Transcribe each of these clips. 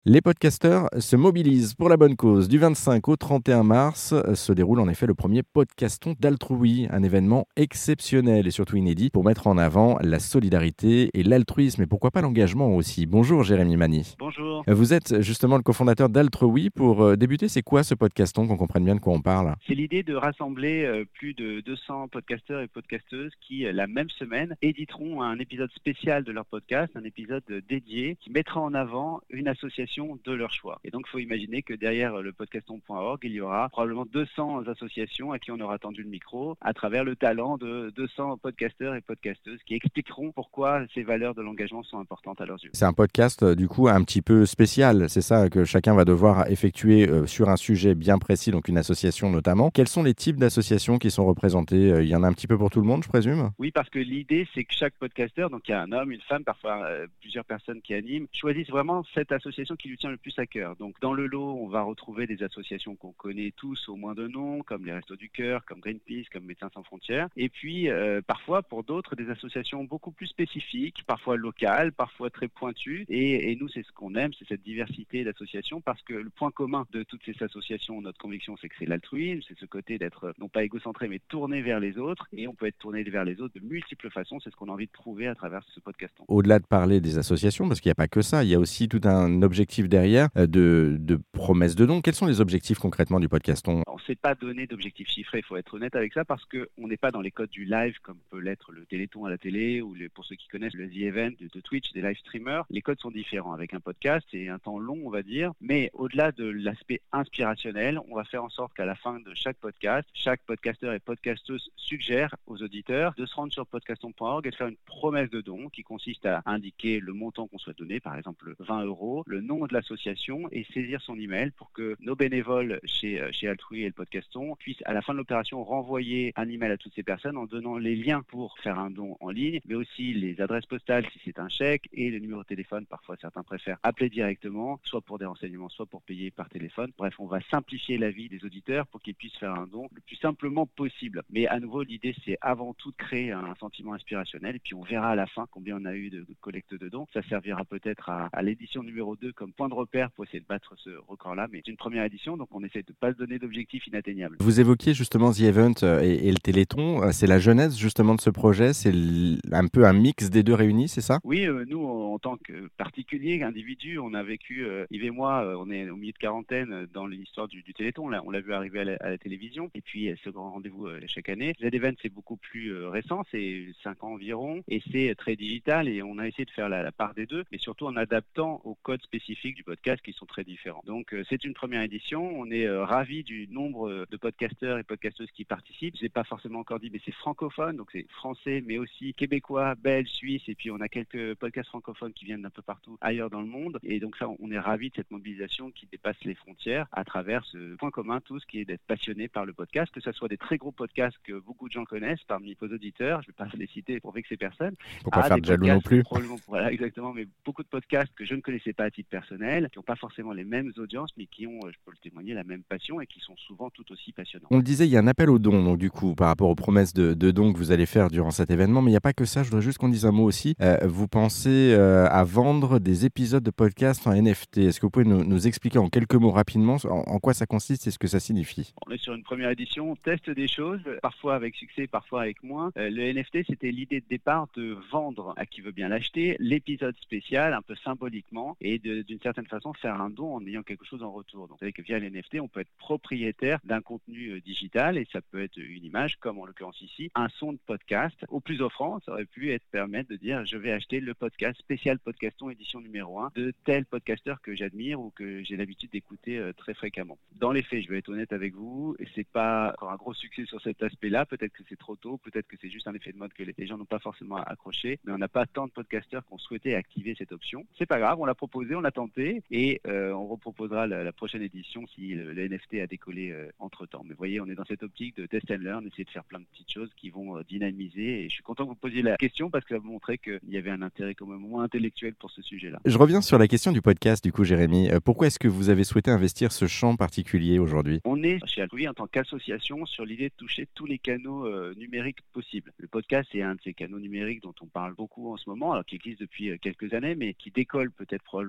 Les podcasteurs se mobilisent pour la bonne cause. Du 25 au 31 mars se déroule en effet le premier podcaston d'Altrui, un événement exceptionnel et surtout inédit pour mettre en avant la solidarité et l'altruisme et pourquoi pas l'engagement aussi. Bonjour Jérémy Mani. Bonjour. Vous êtes justement le cofondateur d'Altrui. Pour débuter, c'est quoi ce podcaston, qu'on comprenne bien de quoi on parle? C'est l'idée de rassembler plus de 200 podcasteurs et podcasteuses qui, la même semaine, éditeront un épisode spécial de leur podcast, un épisode dédié qui mettra en avant une association de leur choix. Et donc, il faut imaginer que derrière le podcaston.org, il y aura probablement 200 associations à qui on aura tendu le micro à travers le talent de 200 podcasteurs et podcasteuses qui expliqueront pourquoi ces valeurs de l'engagement sont importantes à leurs yeux. C'est un podcast du coup un petit peu spécial, c'est ça, que chacun va devoir effectuer sur un sujet bien précis, donc une association notamment. Quels sont les types d'associations qui sont représentées? Il y en a un petit peu pour tout le monde, je présume? Oui, parce que l'idée, c'est que chaque podcasteur, donc il y a un homme, une femme, parfois plusieurs personnes qui animent, choisissent vraiment cette association qui lui tient le plus à cœur. Donc dans le lot, on va retrouver des associations qu'on connaît tous au moins de nom, comme les Restos du Cœur, comme Greenpeace, comme Médecins sans frontières. Et puis parfois, pour d'autres, des associations beaucoup plus spécifiques, parfois locales, parfois très pointues. Et nous, c'est ce qu'on aime, c'est cette diversité d'associations, parce que le point commun de toutes ces associations, notre conviction, c'est que c'est l'altruisme, c'est ce côté d'être non pas égocentré, mais tourné vers les autres. Et on peut être tourné vers les autres de multiples façons. C'est ce qu'on a envie de prouver à travers ce podcast. Au-delà de parler des associations, parce qu'il n'y a pas que ça, il y a aussi tout un objectif derrière de promesses de dons. Quels sont les objectifs concrètement du podcaston? On ne s'est pas donné d'objectifs chiffrés, il faut être honnête avec ça, parce qu'on n'est pas dans les codes du live comme peut l'être le Téléthon à la télé ou pour ceux qui connaissent le The Event de Twitch, des live streamers. Les codes sont différents. Avec un podcast, c'est un temps long, on va dire, mais au-delà de l'aspect inspirationnel, on va faire en sorte qu'à la fin de chaque podcast, chaque podcasteur et podcasteuse suggère aux auditeurs de se rendre sur podcaston.org et de faire une promesse de don qui consiste à indiquer le montant qu'on souhaite donner, par exemple 20 €, le nom de l'association et saisir son email pour que nos bénévoles chez Altrui et le podcaston puissent à la fin de l'opération renvoyer un email à toutes ces personnes en donnant les liens pour faire un don en ligne, mais aussi les adresses postales si c'est un chèque et le numéro de téléphone. Parfois certains préfèrent appeler directement, soit pour des renseignements, soit pour payer par téléphone. Bref, on va simplifier la vie des auditeurs pour qu'ils puissent faire un don le plus simplement possible. Mais à nouveau, l'idée c'est avant tout de créer un sentiment inspirationnel et puis on verra à la fin combien on a eu de collecte de dons. Ça servira peut-être à l'édition numéro 2 comme point de repère pour essayer de battre ce record-là, mais c'est une première édition, donc on essaie de ne pas se donner d'objectifs inatteignables. Vous évoquiez justement The Event et le Téléthon. C'est la genèse justement de ce projet. C'est un peu un mix des deux réunis, c'est ça? Oui, nous, en tant que particulier, individu, on a vécu, Yves et moi, on est au milieu de quarantaine dans l'histoire du Téléthon. Là, on l'a vu arriver à la télévision. Et puis, ce grand rendez-vous chaque année. The Event, c'est beaucoup plus récent, c'est 5 ans environ. Et c'est très digital. Et on a essayé de faire la part des deux, mais surtout en adaptant aux codes spécifiques du podcast qui sont très différents. Donc, c'est une première édition. On est ravis du nombre de podcasteurs et podcasteuses qui participent. Je n'ai pas forcément encore dit, mais c'est francophone, donc c'est français, mais aussi québécois, belge, suisse. Et puis, on a quelques podcasts francophones qui viennent d'un peu partout ailleurs dans le monde. Et donc, ça, on est ravis de cette mobilisation qui dépasse les frontières à travers ce point commun, tous, qui est d'être passionnés par le podcast, que ce soit des très gros podcasts que beaucoup de gens connaissent parmi vos auditeurs. Je ne vais pas les citer pour vexer personne. Pour pas faire Des de jaloux non podcasts, plus. probablement, voilà, exactement, mais beaucoup de podcasts que je ne connaissais pas à titre personnel, qui n'ont pas forcément les mêmes audiences, mais qui ont, je peux le témoigner, la même passion et qui sont souvent tout aussi passionnants. On le disait, il y a un appel aux dons, donc du coup, par rapport aux promesses de dons que vous allez faire durant cet événement, mais il n'y a pas que ça, je voudrais juste qu'on dise un mot aussi. Vous pensez à vendre des épisodes de podcast en NFT. Est-ce que vous pouvez nous expliquer en quelques mots rapidement en quoi ça consiste et ce que ça signifie? On est sur une première édition, on teste des choses, parfois avec succès, parfois avec moins. Le NFT, c'était l'idée de départ de vendre à qui veut bien l'acheter l'épisode spécial, un peu symboliquement, et d'une certaine façon faire un don en ayant quelque chose en retour. Donc, vous savez que via les NFT, on peut être propriétaire d'un contenu digital, et ça peut être une image, comme en l'occurrence ici, un son de podcast. Au plus offrant, ça aurait pu permettre de dire, je vais acheter le podcast spécial podcaston édition numéro 1 de tel podcasteur que j'admire ou que j'ai l'habitude d'écouter très fréquemment. Dans les faits, je vais être honnête avec vous, et c'est pas encore un gros succès sur cet aspect-là. Peut-être que c'est trop tôt, peut-être que c'est juste un effet de mode que les gens n'ont pas forcément accroché, mais on n'a pas tant de podcasteurs qui ont souhaité activer cette option. C'est pas grave, on l'a proposé, on l'a tenté, et on reproposera la prochaine édition si le NFT a décollé entre-temps. Mais vous voyez, on est dans cette optique de test and learn, essayer de faire plein de petites choses qui vont dynamiser, et je suis content que vous posiez la question parce que ça vous montrait qu'il y avait un intérêt quand même moins intellectuel pour ce sujet-là. Je reviens sur la question du podcast, du coup, Jérémy. Pourquoi est-ce que vous avez souhaité investir ce champ particulier aujourd'hui? On est chez Altrui en tant qu'association sur l'idée de toucher tous les canaux numériques possibles. Le podcast est un de ces canaux numériques dont on parle beaucoup en ce moment, alors qui existe depuis quelques années, mais qui décolle peut-être probablement depuis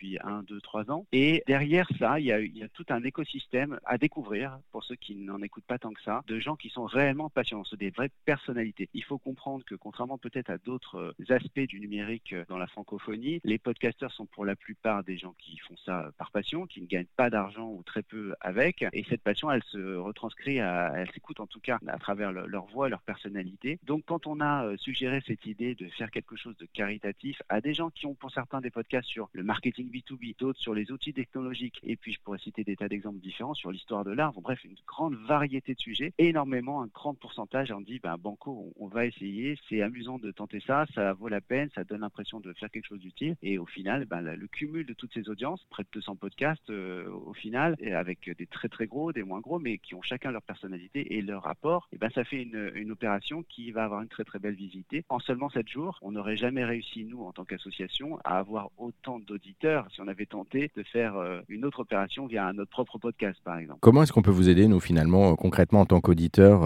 depuis 1, 2, 3 ans. Et derrière ça, il y a tout un écosystème à découvrir, pour ceux qui n'en écoutent pas tant que ça, de gens qui sont réellement passionnants, sont des vraies personnalités. Il faut comprendre que contrairement peut-être à d'autres aspects du numérique dans la francophonie, les podcasteurs sont pour la plupart des gens qui font ça par passion, qui ne gagnent pas d'argent ou très peu avec. Et cette passion, elle se retranscrit, elle s'écoute en tout cas à travers leur voix, leur personnalité. Donc quand on a suggéré cette idée de faire quelque chose de caritatif à des gens qui ont pour certains des podcasts sur le marketing B2B, d'autres sur les outils technologiques, et puis je pourrais citer des tas d'exemples différents sur l'histoire de l'art, bref, une grande variété de sujets, énormément, un grand pourcentage, on dit, banco, on va essayer, c'est amusant de tenter ça, ça vaut la peine, ça donne l'impression de faire quelque chose d'utile, et au final, le cumul de toutes ces audiences, près de 200 podcasts au final, et avec des très très gros, des moins gros, mais qui ont chacun leur personnalité et leur rapport, et ça fait une opération qui va avoir une très très belle visibilité. En seulement 7 jours, on n'aurait jamais réussi, nous, en tant qu'association, à avoir autant d'auditeurs si on avait tenté de faire une autre opération via notre propre podcast, par exemple. Comment est-ce qu'on peut vous aider, nous, finalement, concrètement, en tant qu'auditeur,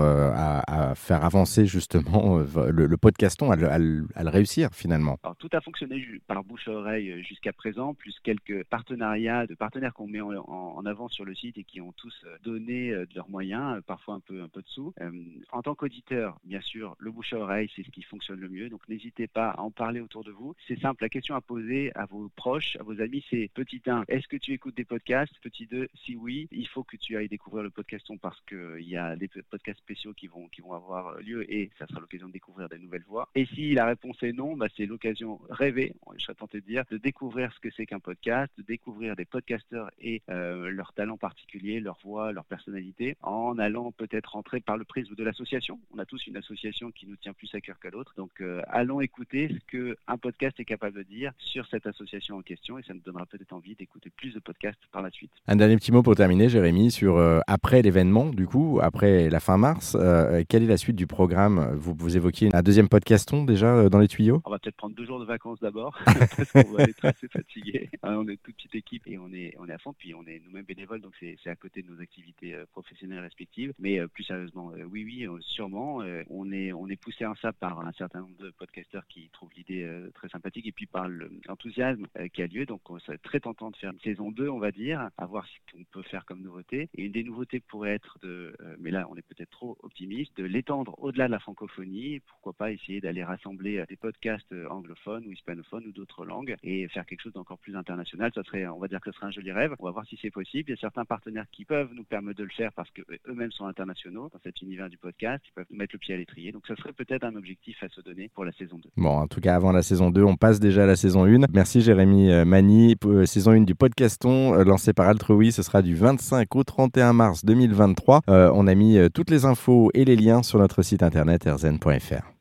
à faire avancer, justement, le podcaston, à le réussir, finalement? Alors, tout a fonctionné par bouche à oreille jusqu'à présent, plus quelques partenariats de partenaires qu'on met en avant sur le site et qui ont tous donné de leurs moyens, parfois un peu de sous. En tant qu'auditeur, bien sûr, le bouche à oreille, c'est ce qui fonctionne le mieux. Donc, n'hésitez pas à en parler autour de vous. C'est simple, la question à poser à vos proches, à vos amis, c'est petit 1, est-ce que tu écoutes des podcasts? Petit 2, si oui, il faut que tu ailles découvrir le podcaston parce qu'il y a des podcasts spéciaux qui vont avoir lieu et ça sera l'occasion de découvrir des nouvelles voix. Et si la réponse est non, c'est l'occasion rêvée, je serais tenté de dire, de découvrir ce que c'est qu'un podcast, de découvrir des podcasteurs et leurs talents particuliers, leur voix, leur personnalité, en allant peut-être rentrer par le prisme de l'association. On a tous une association qui nous tient plus à cœur qu'à l'autre. Donc allons écouter ce qu'un podcast est capable de dire sur cette association en question et ça nous donnera peut-être envie d'écouter plus de podcasts par la suite. Un dernier petit mot pour terminer, Jérémy, sur après l'événement, du coup, après la fin mars, quelle est la suite du programme? Vous évoquiez un deuxième podcaston déjà dans les tuyaux? On va peut-être prendre 2 jours de vacances d'abord, parce qu'on va être assez fatigués. On est une toute petite équipe et on est à fond, puis on est nous-mêmes bénévoles, donc c'est à côté de nos activités professionnelles respectives. Mais plus sérieusement, oui, sûrement. On est poussé en ça par un certain nombre de podcasteurs qui trouvent l'idée très sympathique et puis par l'enthousiasme qui a lieu. Donc ça va être très tentant de faire une saison 2, on va dire, à voir ce qu'on peut faire comme nouveauté. Et une des nouveautés pourrait être mais là on est peut-être trop optimiste, de l'étendre au-delà de la francophonie. Pourquoi pas essayer d'aller rassembler des podcasts anglophones ou hispanophones ou d'autres langues et faire quelque chose d'encore plus international. On va dire que ce serait un joli rêve. On va voir si c'est possible. Il y a certains partenaires qui peuvent nous permettre de le faire parce qu'eux-mêmes sont internationaux dans cet univers du podcast. Ils peuvent nous mettre le pied à l'étrier. Donc ça serait peut-être un objectif à se donner pour la saison 2. Bon, en tout cas, avant la saison 2, on passe déjà à la saison 1. Merci Jérémy Magny. Saison 1 du podcaston lancé par Altrui. Ce sera du 25 au 31 mars 2023. On a mis toutes les infos et les liens sur notre site internet rzn.fr.